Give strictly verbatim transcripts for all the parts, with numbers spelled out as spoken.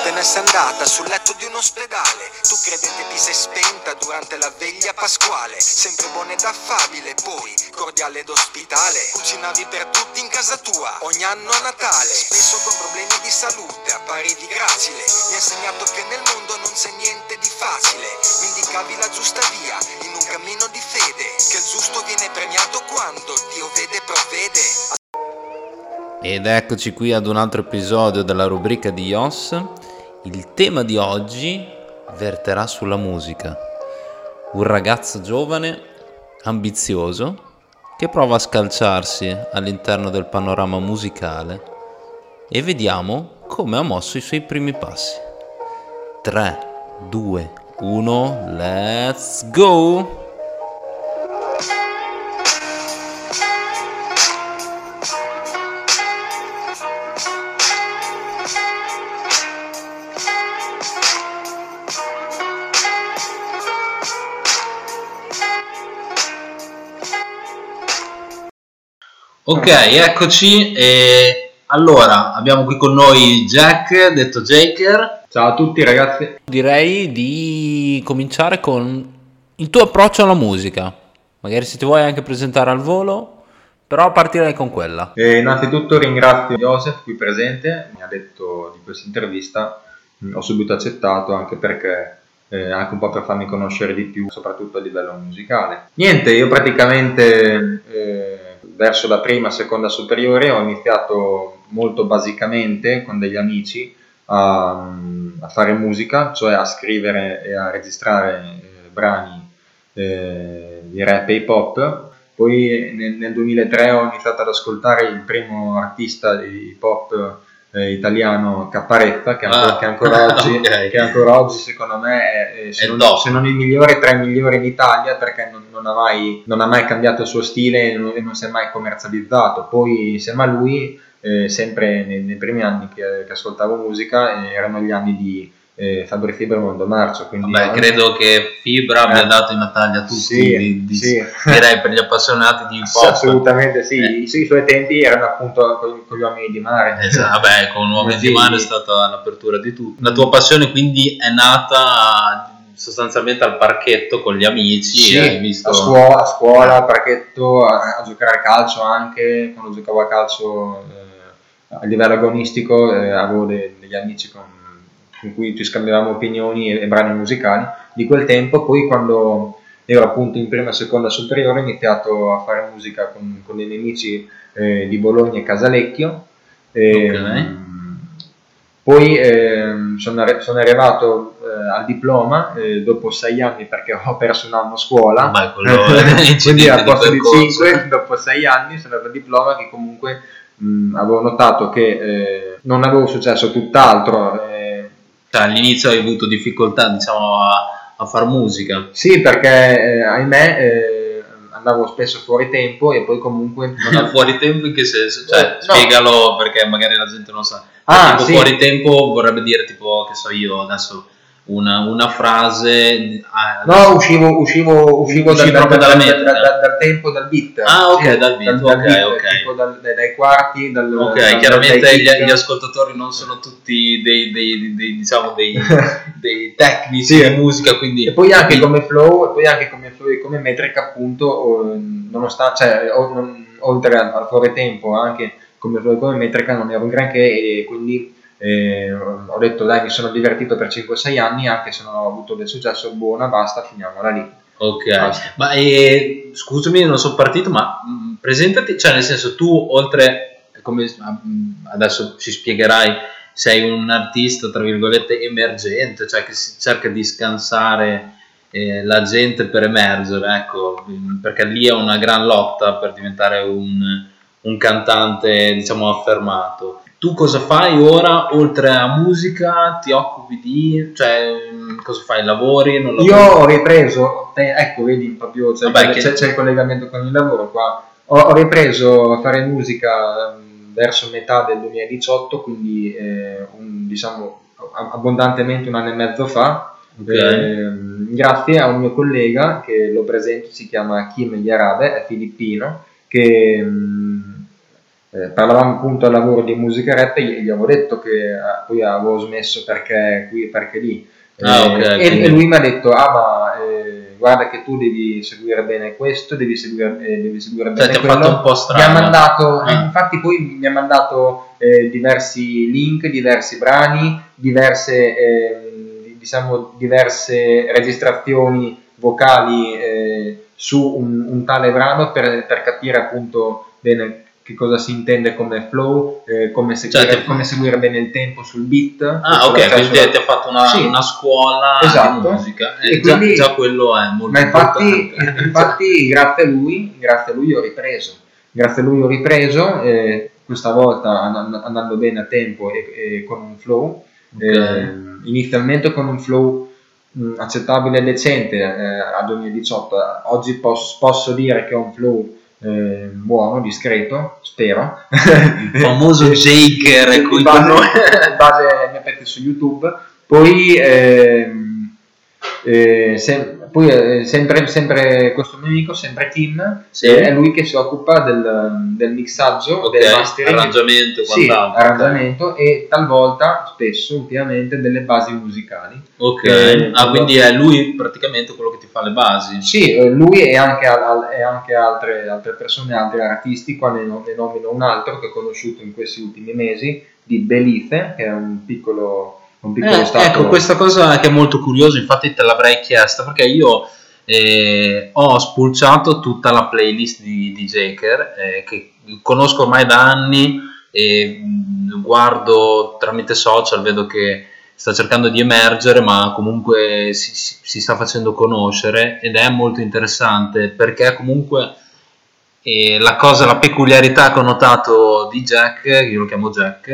te ne sei andata sul letto di un ospedale. Tu credente ti sei spenta durante la veglia pasquale. Sempre buona ed affabile, poi cordiale ed ospitale. Cucinavi per tutti in casa tua, ogni anno a Natale. Spesso con problemi di salute, apparivi gracile. Mi ha insegnato che nel mondo non c'è niente di facile. Mi indicavi la giusta via, in un cammino di fede. Che il giusto viene premiato quando Dio vede e provvede. Ed eccoci qui ad un altro episodio della rubrica di Yos. Il tema di oggi verterà sulla musica. Un ragazzo giovane, ambizioso, che prova a scalciarsi all'interno del panorama musicale e vediamo come ha mosso i suoi primi passi. tre, due, uno, let's go! Ok, eccoci. E allora abbiamo qui con noi Jack, detto Jaker. Ciao a tutti ragazzi. Direi di cominciare con il tuo approccio alla musica. Magari se ti vuoi anche presentare al volo, però partirei con quella. E innanzitutto ringrazio Joseph qui presente, mi ha detto di questa intervista, ho subito accettato anche perché eh, anche un po' per farmi conoscere di più, soprattutto a livello musicale. Niente, io praticamente eh, verso la prima, seconda superiore ho iniziato molto basicamente con degli amici a, a fare musica, cioè a scrivere e a registrare eh, brani eh, di rap e hip hop. Poi nel, nel duemilatré ho iniziato ad ascoltare il primo artista di hip hop eh, italiano, Caparezza, che, ancora, Ah, che, ancora oggi, okay. che ancora oggi secondo me è, è, se, È non, top. se non il migliore, tra i migliori in Italia, perché non, non, ha, mai, non ha mai cambiato il suo stile e non, e non si è mai commercializzato. Poi insieme a lui, eh, sempre nei, nei primi anni che, che ascoltavo musica, eh, erano gli anni di Eh, Fabri Fibra e Mondo Marcio. Quindi Vabbè, anche... credo che Fibra eh, abbia dato in Italia a tutti, sì, di, di, sì. direi per gli appassionati di hip hop. Sì, assolutamente sì, Eh. I, I suoi tempi erano appunto con, con gli uomini di mare. Esatto, vabbè, con Uomini Sì. di Mare è stata l'apertura di tutto. La tua passione quindi è nata sostanzialmente al parchetto con gli amici. Sì, e hai visto... a scuola, a scuola, al parchetto, a, a giocare a calcio anche, quando giocavo a calcio eh, a livello agonistico eh, avevo de, degli amici con, con cui ci scambiavamo opinioni e, e brani musicali di quel tempo. Poi quando ero appunto in prima e seconda superiore ho iniziato a fare musica con, con dei miei amici eh, di Bologna e Casalecchio. E, Ok. Poi ehm, sono, arri- sono arrivato eh, al diploma eh, dopo sei anni perché ho perso un anno a scuola. Vabbè, quello è Quindi incidente al di posto di percorso. cinque, dopo sei anni sono arrivato al diploma che comunque mh, avevo notato che eh, non avevo successo tutt'altro. eh, Cioè, all'inizio hai avuto difficoltà, diciamo, a, a far musica. Sì, perché eh, ahimè eh, andavo spesso fuori tempo e poi comunque non avevo... Fuori tempo in che senso? Cioè, Eh, no. spiegalo perché magari la gente non sa. Ah, tipo sì. fuori tempo vorrebbe dire tipo, che so io, adesso una, una frase... ah, adesso- No, uscivo, uscivo, uscivo Uscivi dal, proprio dal- dalla dal- metrica. dal- dal tempo, dal beat. Ah, ok, Sì, dal beat, ok, ok. tipo dal- dai, dai quarti, dal, Ok, dal- chiaramente dai gli, kick. gli ascoltatori non sono tutti dei, dei- dei- diciamo dei, dei tecnici Sì. di musica, quindi E poi anche quindi- come flow, e poi anche come flow e come metrica appunto, o- nonostante, cioè, o- non- oltre al, al fuori tempo, anche come flow e come metrica non ero un granché e quindi eh, ho detto dai, mi sono divertito per cinque sei anni, anche se non ho avuto del successo, buona, basta, finiamola lì. Ok, Basta. ma eh, scusami, non sono partito, ma mh, presentati, cioè nel senso tu oltre, come mh, adesso ci spiegherai, sei un artista tra virgolette emergente, cioè che si cerca di scansare eh, la gente per emergere, ecco, mh, perché lì è una gran lotta per diventare un, un cantante, diciamo, affermato. Tu cosa fai ora, oltre a musica, ti occupi di, cioè, mh, cosa fai, lavori, non lavori? Io ho ripreso, eh, ecco, vedi, proprio c'è, Vabbè, c'è- che- c'è- c'è il collegamento con il lavoro qua. Ho, ho ripreso a fare musica ehm, verso metà del duemiladiciotto, quindi eh, un- diciamo a- abbondantemente un anno e mezzo fa, Ok. ehm, grazie a un mio collega che lo presento, si chiama Kim Yarabe, è filippino, che mh, eh, parlavamo appunto al lavoro di musica rap e gli, gli avevo detto che eh, poi avevo smesso perché qui perché lì. Ah, Eh, ok, e, quindi- e lui mi ha detto, ah ma eh, guarda che tu devi seguire bene questo, devi seguire, eh, devi seguire Cioè, bene ti ha quello. fatto un po' Mi ha strano. mandato, Ah. eh, infatti poi mi ha mandato eh, diversi link, diversi brani, diverse, eh, diciamo, diverse registrazioni vocali eh, su un, un tale brano per, per capire appunto bene che cosa si intende come flow, eh, come, seguire, Cioè, ti- come seguire bene il tempo sul beat. Ah, sulla- ok, cioè quindi sulla- ti ha fatto una, Sì. una scuola Esatto. di musica. E Eh, già, quindi- già quello è molto Ma infatti, importante. infatti grazie a lui, grazie a lui ho ripreso. Grazie a lui ho ripreso, eh, questa volta and- andando bene a tempo e, e con un flow. Ok. Eh, inizialmente con un flow mh, accettabile e decente eh, a duemiladiciotto. Oggi pos- posso dire che ho un flow eh, buono, discreto, spero. Il famoso Jaker in qui base, con noi. in base ai miei pezzi su YouTube. Poi, ehm, eh, se- poi eh, sempre, sempre questo mio amico, sempre Tim, Sì. eh, è lui che si occupa del, del mixaggio, Ok, del mastering, arrangiamento e sì, quant'altro. arrangiamento e talvolta, spesso, ultimamente, delle basi musicali. Ok, Eh, ah, quindi è lui praticamente quello che ti fa le basi. Sì, eh, lui e anche, al- al- e anche altre, altre persone, altri artisti, qua ne, no- ne nomino un altro che ho conosciuto in questi ultimi mesi, di Belize, che è un piccolo, un piccolo Eh, stato. ecco, questa cosa che è molto curiosa, infatti te l'avrei chiesta, perché io eh, ho spulciato tutta la playlist di, di Jaker, eh, che conosco ormai da anni e mh, guardo tramite social, vedo che sta cercando di emergere, ma comunque si, si- si sta facendo conoscere ed è molto interessante perché comunque eh, la cosa, la peculiarità che ho notato di Jack, io lo chiamo Jack,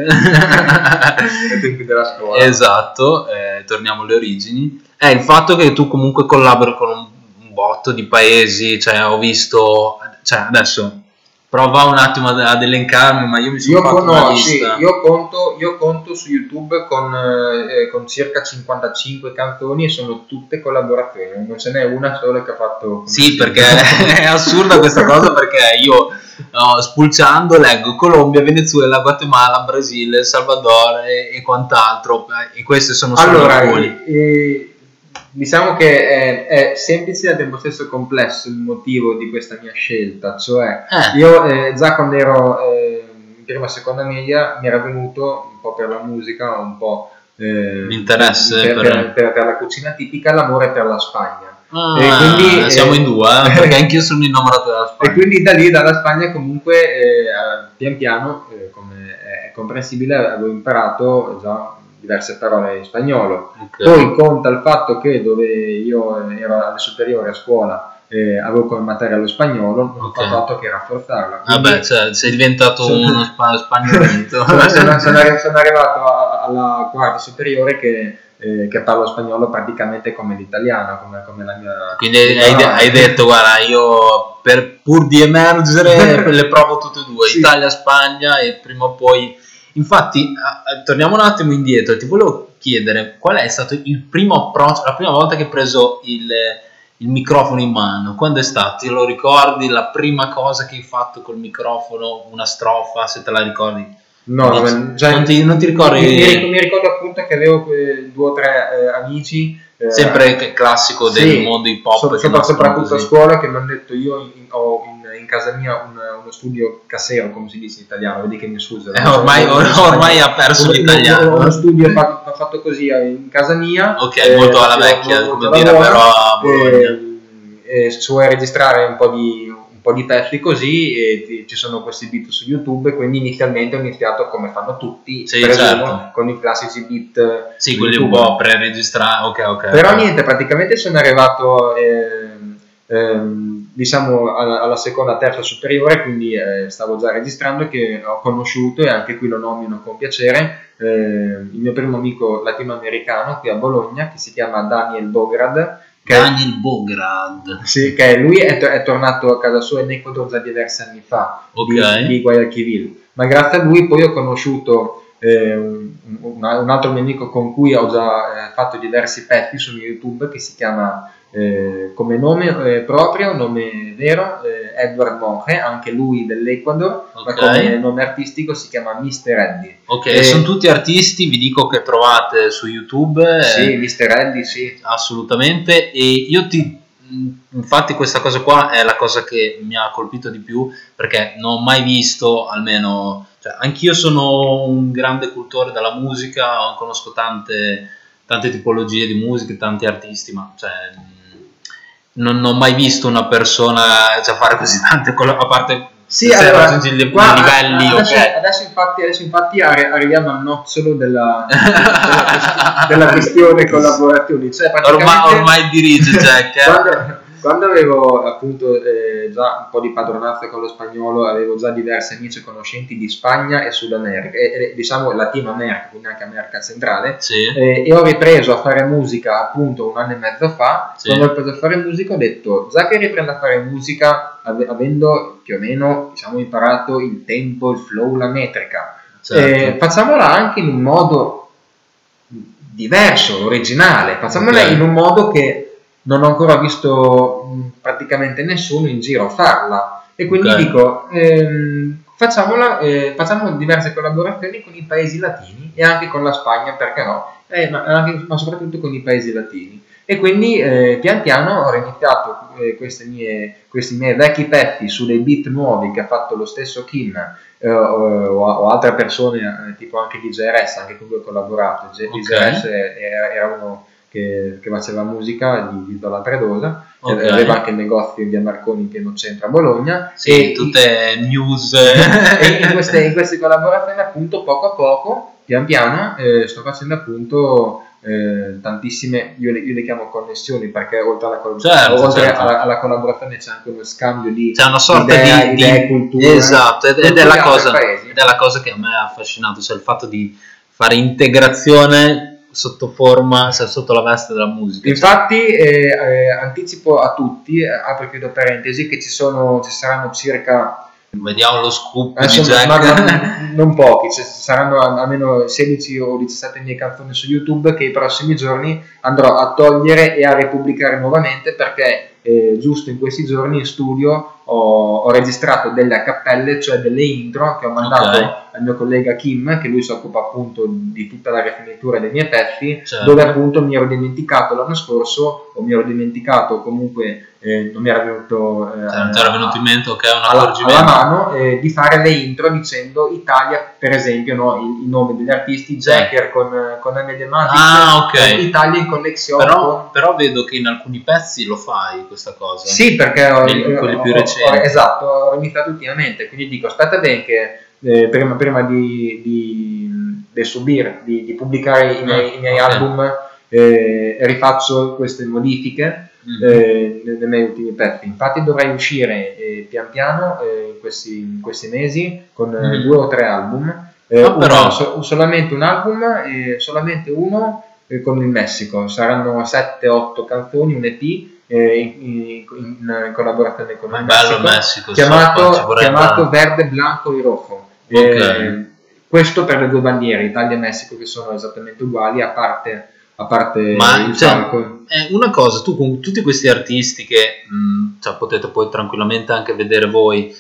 Ai tempi della scuola. esatto, eh, torniamo alle origini, è il fatto che tu comunque collabori con un, un botto di paesi, cioè ho visto, cioè adesso prova un attimo ad, ad elencarmi, ma io mi sono Io, fatto una conosco, sì, lista. io, conto, io conto su YouTube con, eh, con circa cinquantacinque canzoni e sono tutte collaborazioni, non ce n'è una sola che ha fatto... come Sì, si perché dice. è assurda questa cosa, perché io no, spulciando leggo Colombia, Venezuela, Guatemala, Brasile, El Salvador e, e quant'altro, e queste sono solo Allora, alcuni. eh, diciamo che è, è semplice e al tempo stesso complesso il motivo di questa mia scelta, cioè Eh. io eh, già quando ero eh, in prima e seconda media mi era venuto un po' per la musica, un po' eh, L'interesse per, per- per- per- per la cucina tipica, l'amore per la Spagna. Ah, E quindi, siamo eh, in due, eh, perché anch'io sono innamorato della E Spagna. quindi da lì, dalla Spagna, comunque, eh, pian piano, eh, come è comprensibile, avevo imparato già diverse parole in spagnolo. Ok. Poi conta il fatto che dove io ero alle superiori a scuola eh, avevo come materia lo spagnolo, non ho Ok. fatto altro che rafforzarla. Quindi Vabbè, cioè, sei diventato sono- uno spa- spagnolito. sono, sono- sono arri- sono arrivato a- alla quarta superiore che, eh, che parlo spagnolo praticamente come l'italiano, come, come la mia... Quindi hai, de- hai detto, guarda, io per pur di emergere le provo tutte e due, Sì. Italia, Spagna, e prima o poi... Infatti, a- a- torniamo un attimo indietro, ti volevo chiedere qual è stato il primo approccio, la prima volta che hai preso il, il microfono in mano, quando è stato? Te lo ricordi, la prima cosa che hai fatto col microfono, una strofa, se te la ricordi? No, Dici- non, cioè, non, ti, non ti ricordi? Mi, mi ric- mi ricordo appunto che avevo eh, due o tre eh, amici. eh, Sempre che- classico del sì, mondo hip hop. so- che sopra- nascono soprattutto a così. scuola, che mi hanno detto io in- ho in, in casa mia un- uno studio casero, come si dice in italiano, vedi che mi scusa. Eh, ormai, or- ormai ha perso Uno- l'italiano. Uno, uno studio fatto, fatto così eh, in casa mia. Ok, eh, molto alla molto- vecchia, molto come alla dire, buona, però a Bologna. eh, e se vuoi registrare un po' di un po' di pezzi così e ti- ci sono questi beat su YouTube, quindi inizialmente ho iniziato come fanno tutti, Sì, presumo, certo. con i classici beat Sì, su quelli un YouTube. po' pre-registrati. Ok, ok. Però ok. niente, praticamente sono arrivato ehm, ehm, diciamo alla, alla seconda, terza superiore, quindi eh, stavo già registrando, che ho conosciuto, e anche qui lo nomino con piacere, eh, il mio primo amico latinoamericano qui a Bologna, che si chiama Daniel Bograd, che, Daniel Bograd. sì, che lui è, to- è tornato a casa sua in Ecuador già diversi anni fa, Ok. di, di Guayaquil, ma grazie a lui poi ho conosciuto eh, un, un- un altro mio amico con cui ho già eh, fatto diversi pezzi su YouTube, che si chiama eh, come nome eh, proprio, nome vero, eh, Edward Monge, anche lui dell'Ecuador, Ok. ma come nome artistico si chiama mister Eddie. Ok, Eh, sono tutti artisti, vi dico che trovate su YouTube. eh, Sì, mister Eddie, sì. Assolutamente, e io ti infatti questa cosa qua è la cosa che mi ha colpito di più, perché non ho mai visto, almeno, cioè, anch'io sono un grande cultore della musica, conosco tante, tante tipologie di musica, tanti artisti, ma cioè, non, non ho mai visto una persona cioè, fare così tante cose, a parte Sì, se allora, raggiungi i qua, livelli, adesso, ok. adesso infatti, adesso infatti arri- arriviamo al nocciolo della, della, quest- della questione collaborazioni. Cioè, Ormai, praticamente, ormai dirige Jack, eh. quando, quando avevo appunto eh, già un po' di padronanza con lo spagnolo, avevo già diversi amici e conoscenti di Spagna e Sud America, e, e, diciamo Latino America, quindi anche America centrale, Sì. eh, e ho ripreso a fare musica appunto un anno e mezzo fa. Sì. Quando ho ripreso a fare musica ho detto, già che riprendo a fare musica ave- avendo più o meno diciamo imparato il tempo, il flow, la metrica, Certo. eh, facciamola anche in un modo diverso, originale, facciamola Ok. in un modo che non ho ancora visto mh, praticamente nessuno in giro farla, e quindi Ok. dico ehm, facciamola, eh, facciamo diverse collaborazioni con i paesi latini e anche con la Spagna, perché no, eh, ma, anche, ma soprattutto con i paesi latini. E quindi eh, pian piano ho iniziato eh, queste mie, questi miei vecchi pezzi su dei beat nuovi che ha fatto lo stesso Kim, eh, o, o altre persone, eh, tipo anche D J R S, anche con cui ho collaborato. D J R S era, era uno che, che faceva musica di, di Zola Predosa, Ok. aveva anche il negozio in via Marconi in pieno centro a Bologna. Sì, e tutte news. e in queste, in queste collaborazioni appunto poco a poco, pian piano, eh, sto facendo appunto eh, tantissime, io le, io le chiamo connessioni, perché oltre alla, collab- Certo, oltre certo. alla, alla collaborazione c'è anche uno scambio di C'è una sorta idee, di, idee, di- culture, esatto, ed, ed con è gli la altri cosa, paesi. ed è la cosa che a me ha affascinato, cioè il fatto di fare integrazione sotto forma, cioè sotto la veste della musica. Infatti eh, eh, anticipo a tutti, eh, apro e chiudo parentesi, che ci sono, ci saranno circa Vediamo lo scoop di adesso, Jack. ma, ma, non pochi, cioè, saranno almeno sedici o diciassette mie canzoni su YouTube che i prossimi giorni andrò a togliere e a ripubblicare nuovamente, perché eh, giusto in questi giorni in studio ho, ho registrato delle a cappelle, cioè delle intro che ho mandato Ok. al mio collega Kim, che lui si occupa appunto di tutta la rifinitura dei miei pezzi, Certo. dove appunto mi ero dimenticato l'anno scorso, o mi ero dimenticato, o comunque eh, non mi era venuto eh, Cioè, non ti era venuto in mente, ok, un alla, alla accorgimento. mano eh, di fare le intro dicendo Italia, per esempio, no, il, il nome degli artisti, Jacker con, con M D Magic, Ah, ok. eh, Italia in connessione. Però, però vedo che in alcuni pezzi lo fai questa cosa. Sì, perché ho, Quelli- quelli più ho- recenti. ho- esatto, ho iniziato ultimamente, quindi dico aspetta bene che eh, prima, prima di, di, di subire, di, di pubblicare i miei, Ah, i miei ok. album, eh, rifaccio queste modifiche Mhm. eh, nei, nei miei ultimi pezzi. Infatti dovrei uscire eh, pian piano eh, in, questi, in questi mesi con eh, Mhm. due o tre album, eh, Ah, però. uno, so- solamente un album e solamente uno eh, con il Messico, saranno sette otto canzoni, un E P eh, in, in- in collaborazione con Ma è il bello il Messico, Messico, chiamato, so, ci vorrei chiamato andare. Verde, Blanco e Rojo. Ok. Eh, questo per le due bandiere, Italia e Messico, che sono esattamente uguali, a parte, a parte Ma il cioè, falco. è una cosa, tu con tutti questi artisti che mh, cioè, potete poi tranquillamente anche vedere voi,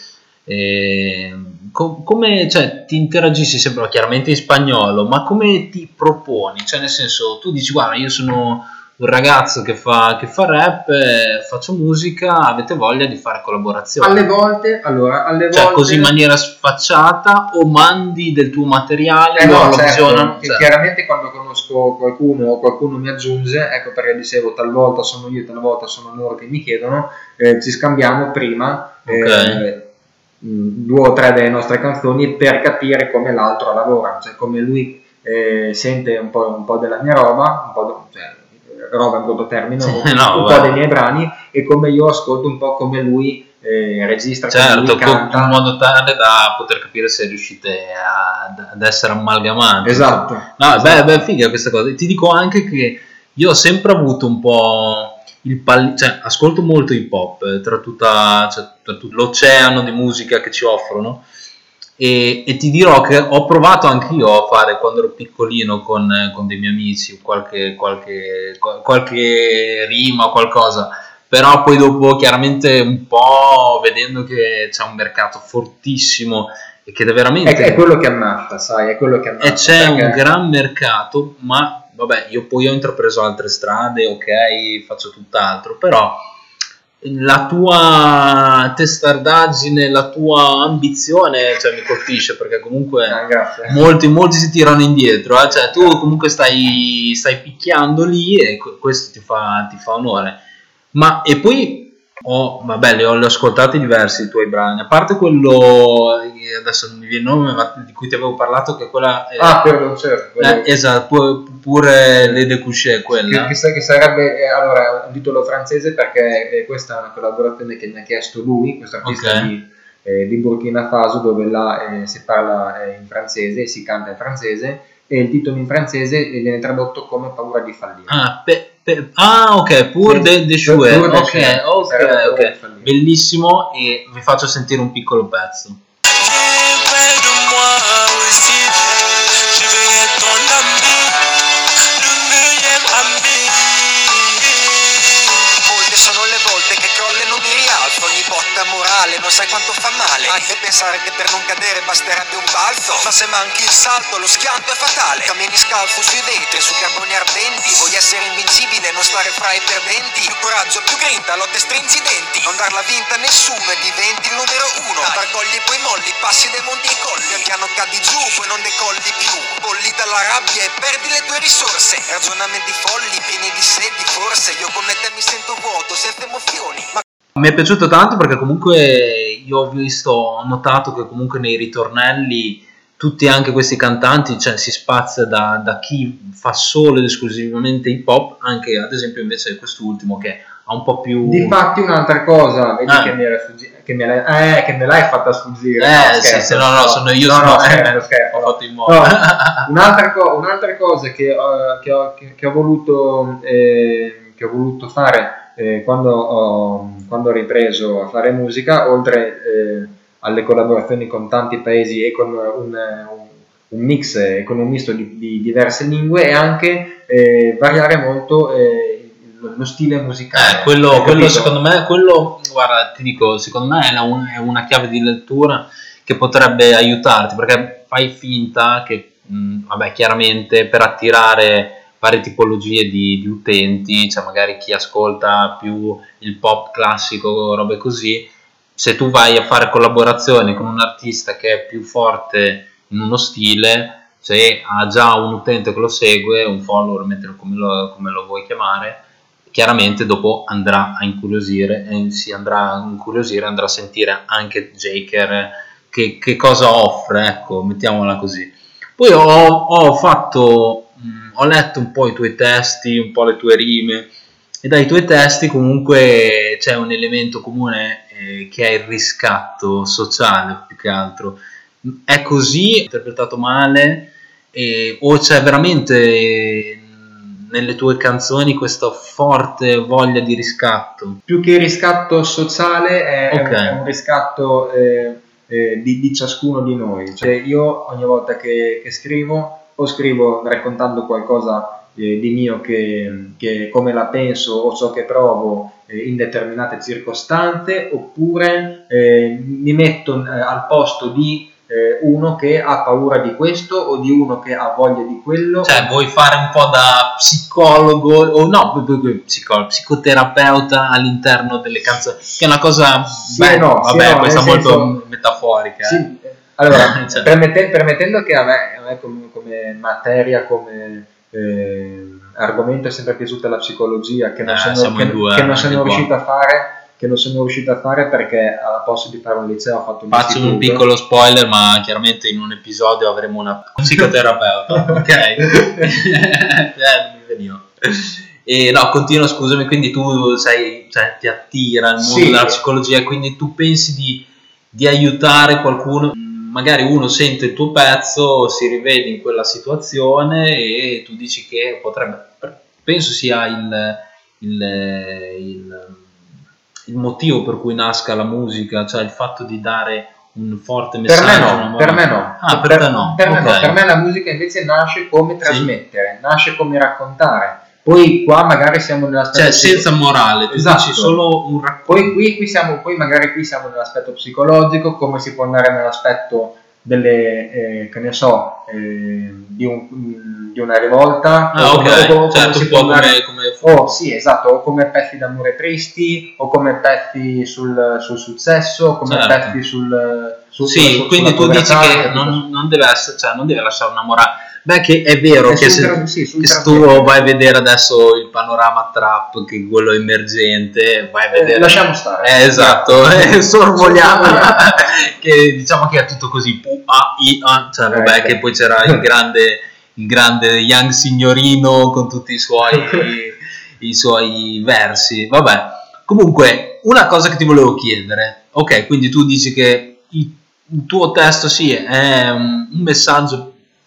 eh, co- come cioè, ti interagisci sempre chiaramente in spagnolo, ma come ti proponi? Cioè, nel senso, tu dici, guarda, io sono un ragazzo che fa, che fa rap, eh, faccio musica, avete voglia di fare collaborazioni? Alle volte, allora, alle Cioè, volte... così in maniera sfacciata, o mandi del tuo materiale, Eh loro no, lo certo, visionano? che Cioè, chiaramente quando conosco qualcuno o qualcuno mi aggiunge, ecco perché dicevo talvolta sono io, talvolta sono loro che mi chiedono, eh, ci scambiamo prima eh, mh, due o tre delle nostre canzoni per capire come l'altro lavora, cioè come lui eh, sente un po', un po' della mia roba, un po' de- cioè, roba in brutto termine, Sì, un, no, un vabbè. po' dei miei brani, e come io ascolto un po' come lui eh, registra, come certo, lui co- canta. in modo tale da poter capire se riuscite ad, ad essere amalgamati. Esatto. No, esatto. beh, beh, figa questa cosa. Ti dico anche che io ho sempre avuto un po' il pallino, cioè ascolto molto hip hop, eh, tra tutta, cioè, tra tutto l'oceano di musica che ci offrono, E, e ti dirò che ho provato anch'io a fare quando ero piccolino con, con dei miei amici qualche, qualche, qualche rima o qualcosa, però poi dopo chiaramente un po' vedendo che c'è un mercato fortissimo e che veramente è, è quello che ammazza, sai, è quello che ammazza, e c'è perché... un gran mercato, ma vabbè, io poi ho intrapreso altre strade, ok, faccio tutt'altro, però la tua testardaggine, la tua ambizione, cioè, mi colpisce, perché comunque Ah, grazie. molti, molti si tirano indietro, eh? Cioè, tu comunque stai, stai picchiando lì e questo ti fa, ti fa onore. Ma e poi ho, vabbè, li ho, li ho ascoltati diversi i tuoi brani, a parte quello, adesso non mi viene il nome, ma di cui ti avevo parlato, che quella è, Ah, per certo, eh, esatto, pu- pure Le Découché, quella. Che, che, che sarebbe eh, allora un titolo francese, perché eh, questa è una collaborazione che mi ha chiesto lui, questo artista Ok. di, eh, di Burkina Faso, dove là eh, si parla eh, in francese, si canta in francese, e il titolo in francese viene tradotto come Paura di fallire. Ah, pe, pe, ah ok, Pour de, de Chouet, Pour de ok, Chouet, ok, sarebbe Paura ok, di fallire. bellissimo, e vi faccio sentire un piccolo pezzo. Sono le volte che crollo e non mi rialzo, ogni botta morale non sai quanto fa male, anche pensare che per non cadere basterebbe un balzo, ma se manchi il salto lo schianto è fatale, cammini scalzo sui vetri, su carboni ardenti, vuoi essere invincibile, non stare fra i perdenti, più coraggio, più grinta, lotte stringi i denti, non darla vinta a nessuno e diventi il numero uno, barcogli e poi molli, passi dai monti ai colli, pian piano cadi giù, poi non decolli più, bolli dalla rabbia e perdi le tue risorse, ragionamenti folli, pieni di sedi forse, io con te mi sento vuoto, senza emozioni, ma Mi è piaciuto tanto perché comunque io ho visto, ho notato che comunque nei ritornelli tutti anche questi cantanti, cioè si spazia da, da chi fa solo ed esclusivamente hip hop, anche ad esempio invece quest'ultimo che ha un po' più... Difatti un'altra cosa, vedi Ah. che mi era sfuggita, che me l'hai, eh, che me l'hai fatta sfuggire. Eh, no, sì, scherzo, sì, no, no, sono io, no, sono- no, scherzo, scherzo, ho no. fatto in modo. No, un'altra, co- un'altra cosa che, ho- che, ho, che, che ho voluto, eh, che ho voluto fare eh, quando, ho, quando ho ripreso a fare musica, oltre eh, alle collaborazioni con tanti paesi e con un, un, un mix e con un misto di, di diverse lingue, è anche eh, variare molto eh, lo stile musicale. Eh, quello, Hai quello capito? secondo me, quello, guarda, ti dico, secondo me è una, è una chiave di lettura che potrebbe aiutarti, perché fai finta che, mh, vabbè, chiaramente per attirare varie tipologie di, di utenti, cioè magari chi ascolta più il pop classico, robe così, se tu vai a fare collaborazioni con un artista che è più forte in uno stile, se ha già un utente che lo segue, un follower, mettilo come lo, come lo vuoi chiamare, chiaramente dopo andrà a incuriosire e si andrà a incuriosire, andrà a sentire anche Jaker che, che cosa offre, ecco, mettiamola così. Poi ho, ho fatto, mh, ho letto un po' i tuoi testi, un po' le tue rime, e dai tuoi testi comunque c'è un elemento comune eh, che è il riscatto sociale, più che altro. È così, interpretato male, e, o c'è veramente eh, nelle tue canzoni questa forte voglia di riscatto? Più che riscatto sociale è, Ok. un, è un riscatto eh, eh, di, di ciascuno di noi. Cioè, io ogni volta che, che scrivo, o scrivo raccontando qualcosa eh, di mio che, che come la penso o ciò che provo eh, in determinate circostanze, oppure eh, mi metto eh, al posto di eh, uno che ha paura di questo o di uno che ha voglia di quello. Cioè, vuoi fare un po' da psicologo o no, p- p- psicologo, psicoterapeuta all'interno delle canzoni, che è una cosa, Sì beh, e no, sì vabbè, e no, questa nel molto senso- metaforica. Sì, eh. eh, allora, Cioè, permette- permettendo che a me, a me come, come materia, come eh, argomento è sempre piaciuta la psicologia, che non Eh, sono, siamo che, in due, che non eh, sono anche qua. riuscito a fare, che non sono riuscito a fare perché al posto di fare un liceo ho fatto un Faccio un istituto. piccolo spoiler, ma chiaramente in un episodio avremo una psicoterapeuta, ok? Eh, mi veniva. E no, continua, scusami, quindi tu sei, cioè, ti attira il mondo Sì. della psicologia, e quindi tu pensi di, di aiutare qualcuno, magari uno sente il tuo pezzo, si rivede in quella situazione e tu dici che potrebbe, penso sia il, il, il, il motivo per cui nasca la musica, cioè il fatto di dare un forte Per messaggio. me no, una- per me no. Ah, per, te no. Per me no, Ok. per me la musica invece nasce come trasmettere, nasce come raccontare. Poi qua magari siamo nell'aspetto Cioè, psico- senza morale, tu Esatto. dici solo un racconto. Poi qui, qui siamo, poi magari qui siamo nell'aspetto psicologico, come si può andare nell'aspetto delle, eh, che ne so, eh, di, un- di una rivolta, Ah, o ok, come, o come certo, si un può po' andare, come, come o sì, esatto, o come pezzi d'amore tristi, o come pezzi sul, sul successo, o come Certo. pezzi sul, sul Sì, sul- quindi sulla tu dici povertà, che capito? non, non deve essere, cioè non deve lasciare una morale. Beh, che è vero È che, sul se, tra- sì, sul che se trasmettere. tu vai a vedere adesso il panorama trap, che è quello emergente, vai a Eh, vedere. lasciamo stare. Eh, esatto, eh, sorvoliamo. Sorvoliamo. Che diciamo che è tutto così, pu, a, i, a, cioè vabbè, Eh, che poi c'era il grande, il grande Young Signorino con tutti i suoi, i suoi versi. Vabbè, comunque, una cosa che ti volevo chiedere, ok, quindi tu dici che il, il tuo testo sì è un, un messaggio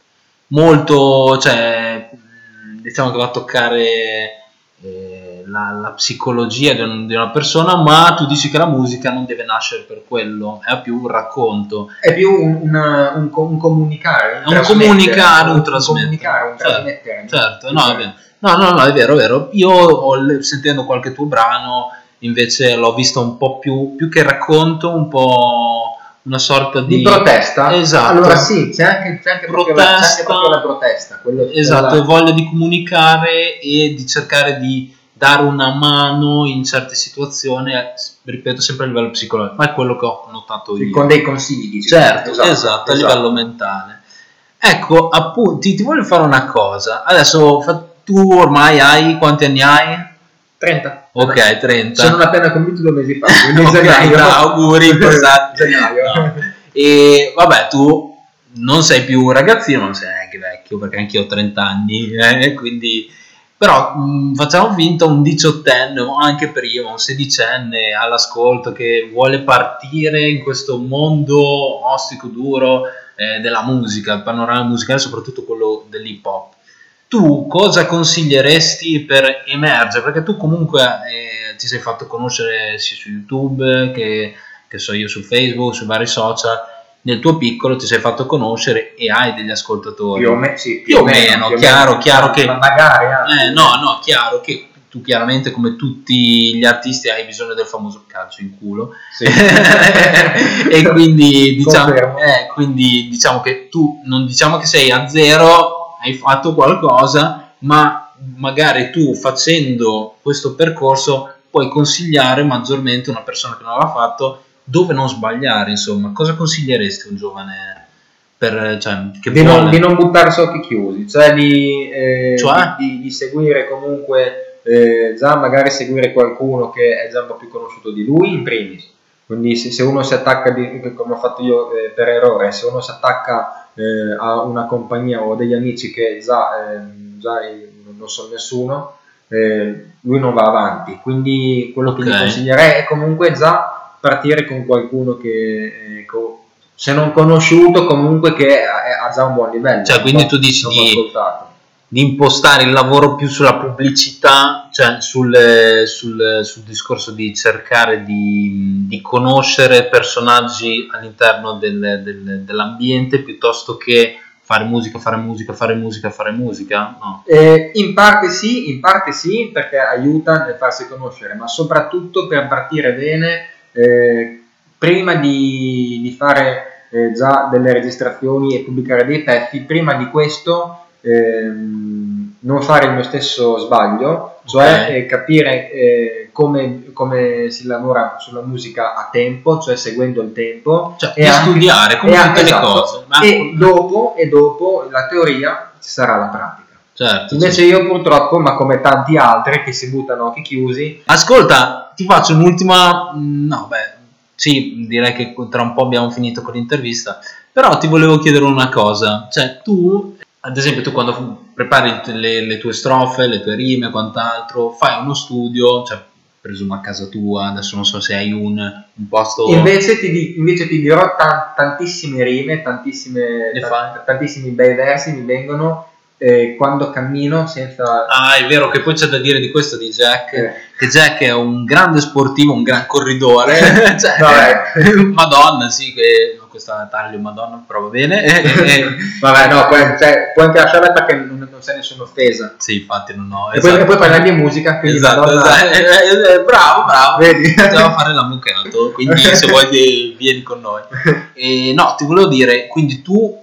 molto, cioè, mh, diciamo che va a toccare eh, la, la psicologia di, un- di una persona, ma tu dici che la musica non deve nascere per quello, è più un racconto. È più un, una- un co- un comunicare, È un trasmettere, comunicare, un un trasmettere. comunicare, un Certo, trasmettere. certo, no, è vero. No, no, no, è vero, è vero. Io ho le- sentendo qualche tuo brano, invece l'ho visto un po' più, più che racconto, un po' una sorta di... Di protesta? Esatto. Allora sì, c'è anche, c'è anche, proprio, la, c'è anche Protesta. proprio la protesta. quello- Esatto, quella- e voglia di comunicare e di cercare di dare una mano in certe situazioni, eh, ripeto, sempre a livello psicologico, ma è quello che ho notato sì, io. con dei consigli, dici. Certo, esatto, a esatto. livello mentale. Ecco, appunto, ti, ti voglio fare una cosa. Adesso fa- tu ormai hai quanti anni hai? trenta. Ok, trenta. Sono appena convinto due mesi fa, quindi Ok, gennaio. no, auguri, passati. Gennaio. No. E vabbè, tu non sei più un ragazzino, ma non sei neanche vecchio, perché anch'io ho trenta anni, eh, quindi... Però mh, facciamo finta un diciottenne o anche prima, un sedicenne all'ascolto che vuole partire in questo mondo ostico, duro eh, della musica, il panorama musicale, soprattutto quello dell'hip hop. Tu cosa consiglieresti per emergere? Perché tu comunque eh, ti sei fatto conoscere sia su YouTube che, che so io su Facebook, su vari social. Nel tuo piccolo ti sei fatto conoscere e hai degli ascoltatori. Più o, me- sì, Più o meno, più o chiaro, meno. chiaro che... Ma magari anche. Eh, no, no, chiaro che tu chiaramente come tutti gli artisti hai bisogno del famoso calcio in culo. Sì. E quindi diciamo, Confermo. eh, quindi diciamo che tu non diciamo che sei a zero, hai fatto qualcosa, ma magari tu facendo questo percorso puoi consigliare maggiormente una persona che non l'ha fatto dove non sbagliare, insomma. Cosa consiglieresti a un giovane per, cioè, che Di vuole? non, di non buttarsi a occhi chiusi, cioè di, eh, Cioè? di, di- di seguire comunque, eh, già magari seguire qualcuno che è già un po' più conosciuto di lui in primis. Quindi se, se uno si attacca, di, come ho fatto io eh, per errore, se uno si attacca eh, a una compagnia o degli amici che già, eh, già eh, non so nessuno, eh, lui non va avanti. Quindi quello che Ok. gli consiglierei è comunque già partire con qualcuno che... eh, co- se non conosciuto comunque che ha ha già un buon livello. Cioè, un quindi po'- tu dici un po' di- ascoltato. di impostare il lavoro più sulla pubblicità, cioè sul, sul, sul discorso di cercare di, di conoscere personaggi all'interno del, del- dell'ambiente piuttosto che fare musica, fare musica, fare musica, fare musica? No. Eh, in parte sì, in parte sì, perché aiuta nel farsi conoscere, ma soprattutto per partire bene, eh, prima di, di fare eh, già delle registrazioni e pubblicare dei pezzi, prima di questo ehm, non fare il mio stesso sbaglio, cioè Ok. eh, capire eh, come, come si lavora sulla musica a tempo, cioè seguendo il tempo. Cioè, E di anche- studiare come e tutte anche- le esatto. cose. Ma- E dopo, e dopo la teoria ci sarà la pratica. Certo, Invece certo. io purtroppo, ma come tanti altri che si buttano a occhi chiusi, Ascolta, ti faccio un'ultima... No, beh, sì, direi che tra un po' abbiamo finito con l'intervista, però ti volevo chiedere una cosa. Cioè, tu, ad esempio, tu quando prepari le, le tue strofe, le tue rime e quant'altro, fai uno studio, cioè, presumo a casa tua, adesso non so se hai un, un posto... invece ti, di- invece ti dirò tan- tantissime rime, tantissime, Le ta- fai? tantissimi bei versi mi vengono eh, quando cammino senza... Ah, è vero che poi c'è da dire di questo di Jack, Eh. che Jack è un grande sportivo, un gran corridore, cioè, Vabbè. Madonna, sì, che no, questa taglio Madonna, però va bene. Vabbè, no, puoi, cioè, puoi anche lasciarla perché non, non c'è nessuna offesa. Sì, infatti non ho. E, Esatto. poi, e poi parliamo di musica, quindi Esatto, Madonna... esatto. Eh, eh, bravo, bravo. Vedi? Possiamo fare l'avvocato, quindi se vuoi ti- vieni con noi. E, no, ti volevo dire, quindi tu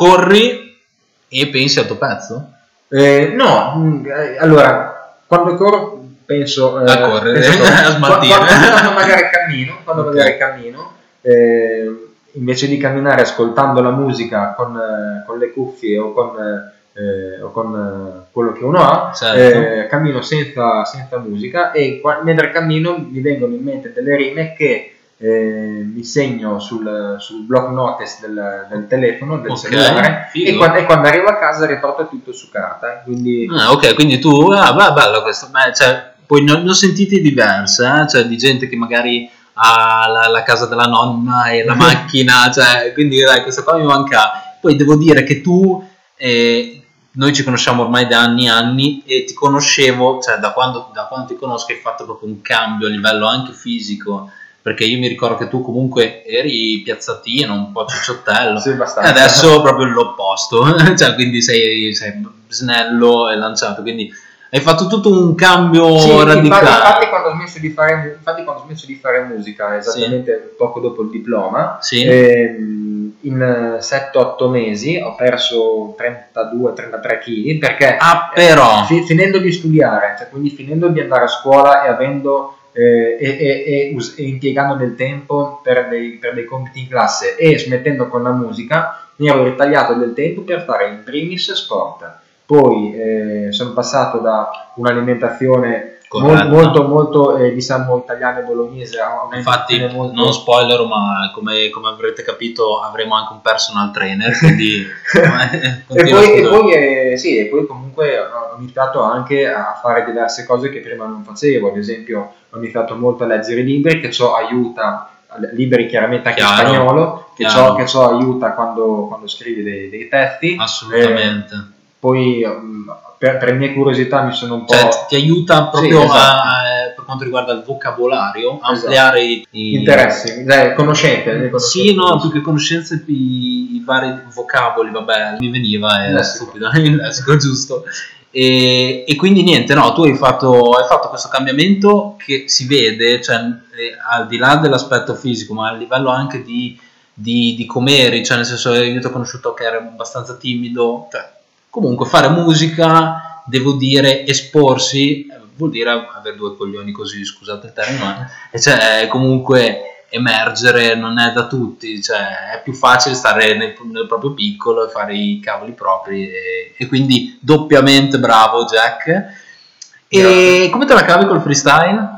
corri e pensi al tuo pezzo? Eh, no, mh, eh, allora, quando corro penso... eh, A correre, penso a smaltire. Quando, quando magari cammino, quando Ok. magari cammino eh, invece di camminare ascoltando la musica con, eh, con le cuffie o con, eh, o con eh, quello che uno ha, Certo. eh, cammino senza, senza musica e qua- mentre cammino mi vengono in mente delle rime che eh, mi segno sul, sul block notice del, del telefono, del Ok, cellulare, figo. e quando, e quando arrivo a casa riporto tutto su carta, quindi Ah, ok, quindi tu, ah, beh, bello questo, beh, cioè, poi ne ne ho sentiti diverse, eh? Cioè di gente che magari ha la, la casa della nonna e la macchina, cioè, quindi dai, questa qua mi manca. Poi devo dire che tu, eh, noi ci conosciamo ormai da anni e anni e ti conoscevo, cioè da quando, da quando ti conosco hai fatto proprio un cambio a livello anche fisico, perché io mi ricordo che tu comunque eri piazzatino, un po' cicciottello, sì, e abbastanza. adesso proprio l'opposto, cioè quindi sei, sei snello e lanciato, quindi hai fatto tutto un cambio Sì, infatti, radicale. infatti quando ho smesso di fare, mu- infatti quando ho smesso di fare musica, esattamente poco dopo il diploma, Sì. ehm, in sette otto mesi ho perso trentadue trentatré kg perché Ah, però. eh, fi- finendo di studiare, cioè quindi finendo di andare a scuola e avendo eh, e, e- e us- e impiegando del tempo per dei, per dei compiti in classe e smettendo con la musica, mi ero ritagliato del tempo per fare in primis sport. Poi eh, sono passato da un'alimentazione mol- Corretto. molto molto eh, diciamo italiana e bolognese a Infatti, un'alimentazione molto... non spoiler, ma come, come avrete capito avremo anche un personal trainer, quindi e continua, poi, e scusa. poi, eh, sì, e poi comunque ho ho iniziato anche a fare diverse cose che prima non facevo, ad esempio ho iniziato molto a leggere libri, che ciò aiuta, libri chiaramente anche in Chiaro, spagnolo, che chiaro. ciò, che ciò aiuta quando, quando scrivi dei, dei testi. Assolutamente. Eh, poi um, per, per mie curiosità mi sono un po'... Cioè ti aiuta proprio Sì, esatto. a, a- per quanto riguarda il vocabolario, a Esatto. ampliare i, i- interessi, dai, conoscente, le conoscenze. Sì, no, più che conoscenze, i, i vari vocaboli, vabbè, mi veniva, è Lessico. stupido, il lessico, giusto. E, e quindi niente, no, tu hai fatto, hai fatto questo cambiamento che si vede, cioè, eh, al di là dell'aspetto fisico, ma a livello anche di, di, di com'eri, cioè nel senso io ti ho conosciuto che eri abbastanza timido, cioè, comunque fare musica, devo dire, esporsi, eh, vuol dire avere due coglioni così, scusate il termine, ma e cioè comunque emergere non è da tutti, cioè è più facile stare nel, nel proprio piccolo e fare i cavoli propri e, e quindi doppiamente bravo Jack. E Grazie. come te la cavi col freestyle?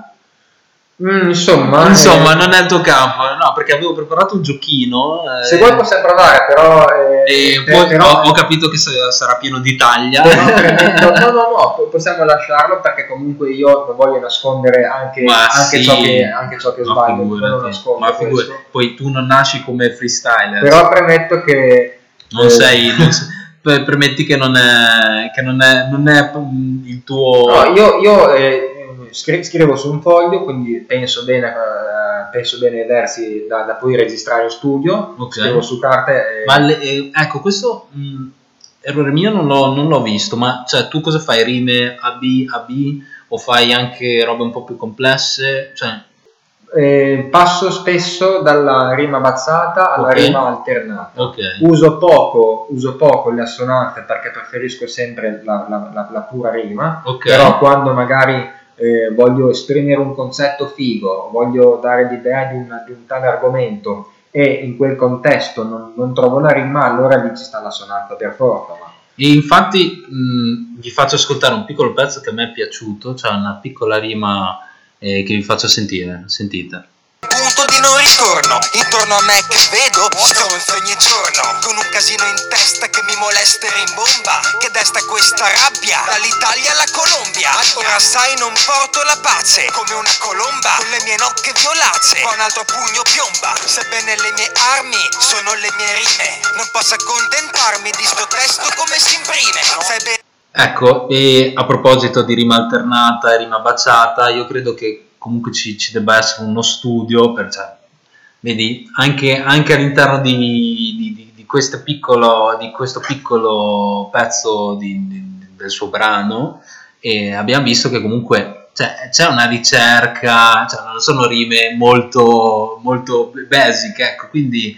Mm, insomma, Insomma, eh, non è il tuo campo, no, perché avevo preparato un giochino. eh, se vuoi possiamo provare, però... eh, e per- poi però- ho, ho capito che sa- sarà pieno di taglia. però premetto- no, no, no, possiamo lasciarlo perché comunque io non voglio nascondere anche, Ma anche, sì, ciò, che, anche ciò che ma sbaglio, non lo figurati, nascondo ma figurati. questo. Poi tu non nasci come freestyler, Però premetto che... non eh, sei, non sei- pre- premetti che non è, che non è, non è mm, il tuo... No, io, io eh, scri- scrivo su un foglio, quindi penso bene, eh, penso bene ai versi da, da poi registrare in studio, Ok. scrivo su carta e... Ma le- eh, ecco, questo mh, errore mio non l'ho, non l'ho visto, ma cioè, tu cosa fai? Rime A B, A B o fai anche robe un po' più complesse? Cioè, Eh, passo spesso dalla rima bazzata alla Ok. rima alternata. ok, Uso poco, uso poco le assonanze perché preferisco sempre la, la- la- la pura rima, ok. però quando magari eh, voglio esprimere un concetto figo, voglio dare l'idea di, una- di un tale argomento e in quel contesto non, non trovo la rima, allora lì ci sta l'assonanza per forza. Ma... E infatti mh, vi faccio ascoltare un piccolo pezzo che a me è piaciuto, cioè una piccola rima eh, che vi faccio sentire, sentite. Un punto di non ritorno. Intorno a me che vedo stronzo ogni giorno, con un casino in testa che mi molesta e rimbomba, che desta questa rabbia dall'Italia alla Colombia. Ora sai non porto la pace, come una colomba con le mie nocche violacee, qua un altro pugno piomba. Sebbene le mie armi sono le mie rime, non posso accontentarmi di sto testo come si imprime. Sai bene. Ecco, e a proposito di rima alternata e rima baciata, io credo che comunque ci, ci debba essere uno studio per, cioè, vedi, anche, anche all'interno di, di, di, di, questo piccolo, di questo piccolo pezzo di, di, del suo brano, e abbiamo visto che comunque cioè, c'è una ricerca, cioè, non sono rime molto, molto basic, ecco, quindi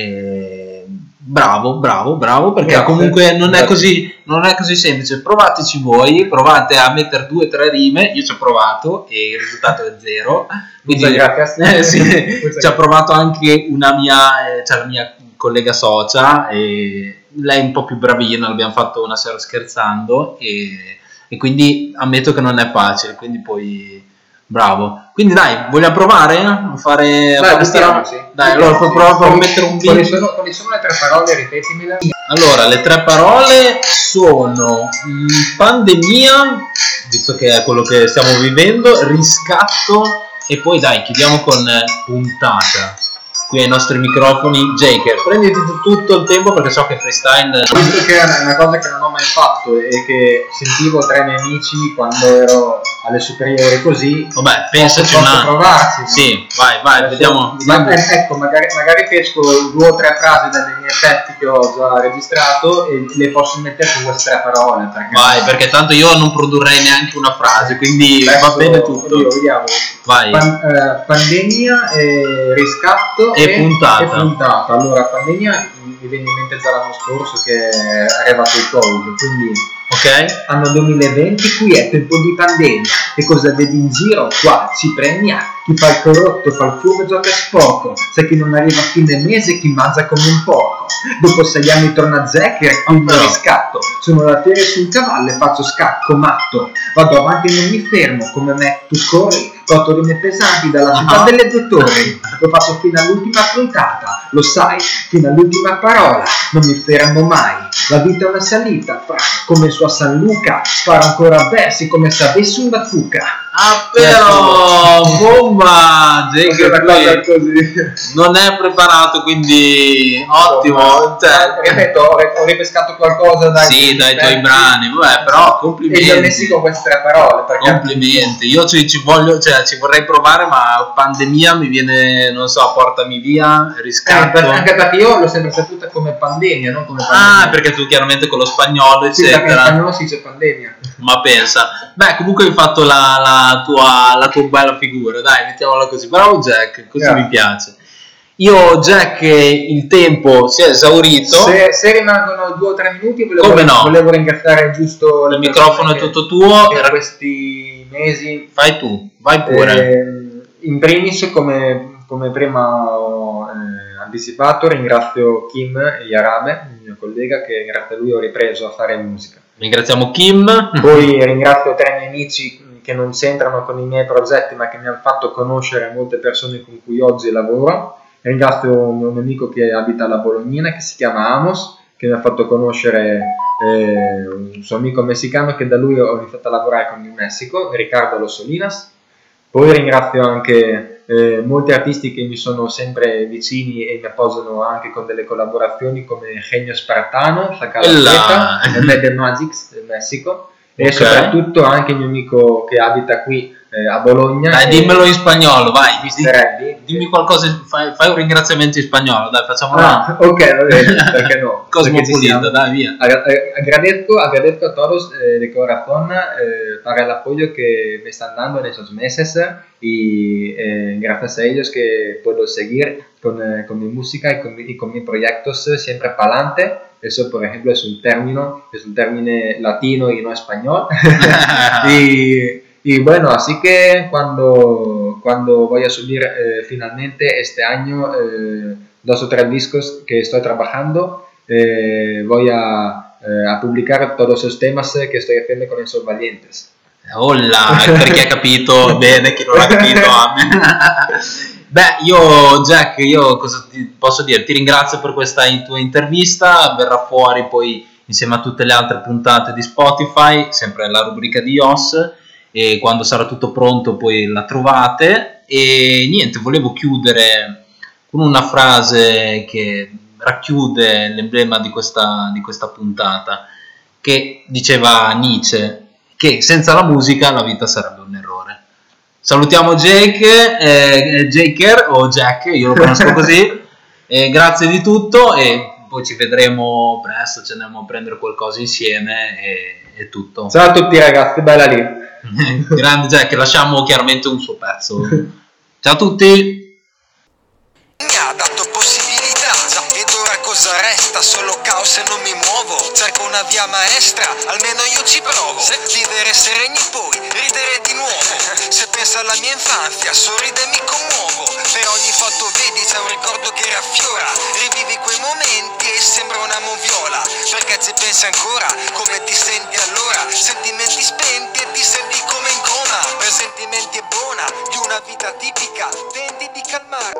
eh, bravo, bravo, bravo, perché Grazie. comunque non è, Grazie. così, non è così semplice. Provateci voi, provate a mettere due o tre rime, io ci ho provato e il risultato è zero. Quindi, eh, sì, ci ha provato anche una mia, eh, cioè la mia collega socia, e lei è un po' più bravina, l'abbiamo fatto una sera scherzando, e, e quindi ammetto che non è facile, quindi poi bravo. Quindi dai, vogliamo provare a fare, a Dai, fare sta roba? buttiamoci. Dai, allora Buttiamoci. provo, provo a Quali- mettere un Quali beat. sono, quali sono le tre parole? Ripetimele. Allora, le tre parole sono mh, pandemia, visto che è quello che stiamo vivendo, riscatto, e poi dai, chiudiamo con eh, puntata. Qui ai nostri microfoni, Jaker, prenditi tu- tutto il tempo perché so che freestyle. Visto che è una cosa che non ho mai fatto e che sentivo tra i miei amici quando ero alle superiori così, Vabbè, pensaci posso, un posso attimo. provarci. no? Sì, vai, vai, Adesso- vediamo. ma- vediamo. eh, ecco, magari, magari pesco due o tre frasi dalle mie pezzi che ho già registrato e le posso mettere con queste tre parole. Perché Vai, perché tanto io non produrrei neanche una frase, quindi va Adesso, bene tutto. oddio, vediamo. Vai. Pan- eh, pandemia, eh, riscatto E puntata. e puntata. Allora, pandemia mi viene in mente già l'anno scorso che è arrivato il Covid, quindi Ok? anno duemilaventi, qui è tempo di pandemia. Che cosa vedi in giro? Qua si premia chi fa il corrotto, fa il fuoco e gioca sporco. Sai che non arriva a fine mese chi mangia come un porco. Dopo sei anni torna Zeker, quindi però. riscatto. Sono la ferie sul cavallo e faccio scacco matto. Vado avanti e non mi fermo, come me tu corri. Porto rime pesanti dalla città Ah. delle due torri. Lo faccio fino all'ultima puntata, lo sai, fino all'ultima parola. Non mi fermo mai. La vita è una salita, fra, come su a San Luca. Sparo ancora versi come se avessi una fuca. Ah, però, bomba! Jaker Una cosa qui così. non è preparato, quindi ottimo. Cioè, Ripeto, ho ho ripescato qualcosa dai sì, dai tuoi pezzi. brani, vabbè, però E li ho complimenti. messi con queste tre parole perché Complimenti, io ci, ci voglio, cioè ci vorrei provare, ma pandemia mi viene, non so, portami via, Eh, riscatto. per- anche perché io l'ho sempre saputa come pandemia, non come Ah, pandemia. perché tu chiaramente con lo spagnolo, Sì, perché in eccetera. spagnolo si dice pandemia. Ma pensa, beh, comunque hai fatto la, la tua, la tua bella figura, dai, mettiamola così. Bravo Jack, così Grazie. mi piace. Io, Jack, il tempo si è esaurito, Se, se rimangono due o tre minuti, volevo, Come no? volevo ringraziare giusto le il microfono è persone tutto tuo, che, che era- questi mesi. fai tu, vai pure. Eh, in primis, come, come prima ho eh, anticipato, ringrazio Kim Yarabe, il mio collega, che grazie a lui ho ripreso a fare musica. Ringraziamo Kim. Poi ringrazio tre miei amici che non c'entrano con i miei progetti, ma che mi hanno fatto conoscere molte persone con cui oggi lavoro. Ringrazio un mio amico che abita alla Bolognina, che si chiama Amos, che mi ha fatto conoscere eh, un suo amico messicano che da lui ho iniziato a lavorare con il Messico, Ricardo Los Solinas. Poi ringrazio anche eh, molti artisti che mi sono sempre vicini e mi appoggiano anche con delle collaborazioni come Genio Spartano, Sacala Bella. Zeta e Mad Magics del Messico. E Ok. soprattutto anche il mio amico che abita qui eh, a Bologna. Dai, dimmelo in spagnolo, vai. mister Eddie. Dimmi qualcosa, fai, fai un ringraziamento in spagnolo, dai, facciamolo. Ah, ok, va bene, perché no? Perché ci siamo. Cosmopolita, dai, via. Agra- eh, Agradezco, agradezco a todos eh, de corazón eh, para el apoyo que me están dando en esos meses y eh, gracias a ellos que puedo seguir con, eh, con mi música y con, mi- y con mis proyectos eh, siempre para adelante. Eso, por ejemplo, es un término, es un término latino y no español. y, y bueno, así que cuando, cuando voy a subir eh, finalmente este año eh, dos o tres discos que estoy trabajando, eh, voy a, eh, a publicar todos esos temas eh, que estoy haciendo con esos valientes. Olla, per chi ha capito bene, chi non ha capito, amen. Beh, io Jack, io cosa ti posso dire? Ti ringrazio per questa in- tua intervista, verrà fuori poi insieme a tutte le altre puntate di Spotify, sempre la rubrica di iOS, e quando sarà tutto pronto poi la trovate. E niente, volevo chiudere con una frase che racchiude l'emblema di questa, di questa puntata, che diceva Nietzsche, che senza la musica la vita sarebbe un errore. Salutiamo Jake, eh, Jaker o Jack, io lo conosco così. Eh, grazie di tutto e poi ci vedremo presto, ci andiamo a prendere qualcosa insieme e è tutto. Ciao a tutti ragazzi, bella lì. Grande Jack, lasciamo chiaramente un suo pezzo. Ciao a tutti. Mi ha dato possibilità, ed ora cosa resta? Solo caos e non mi muovo. Cerco una via maestra, almeno io ci provo. Vivere sereni poi, ridere di nuovo. Se pensa alla mia infanzia, sorride e mi commuovo. Per ogni foto vedi c'è un ricordo che raffiora. Rivivi quei momenti e sembra una moviola. Perché ci pensi ancora, come ti senti allora? Sentimenti spenti e ti senti come in coma. Per sentimenti è buona, di una vita tipica, tenti di calmare.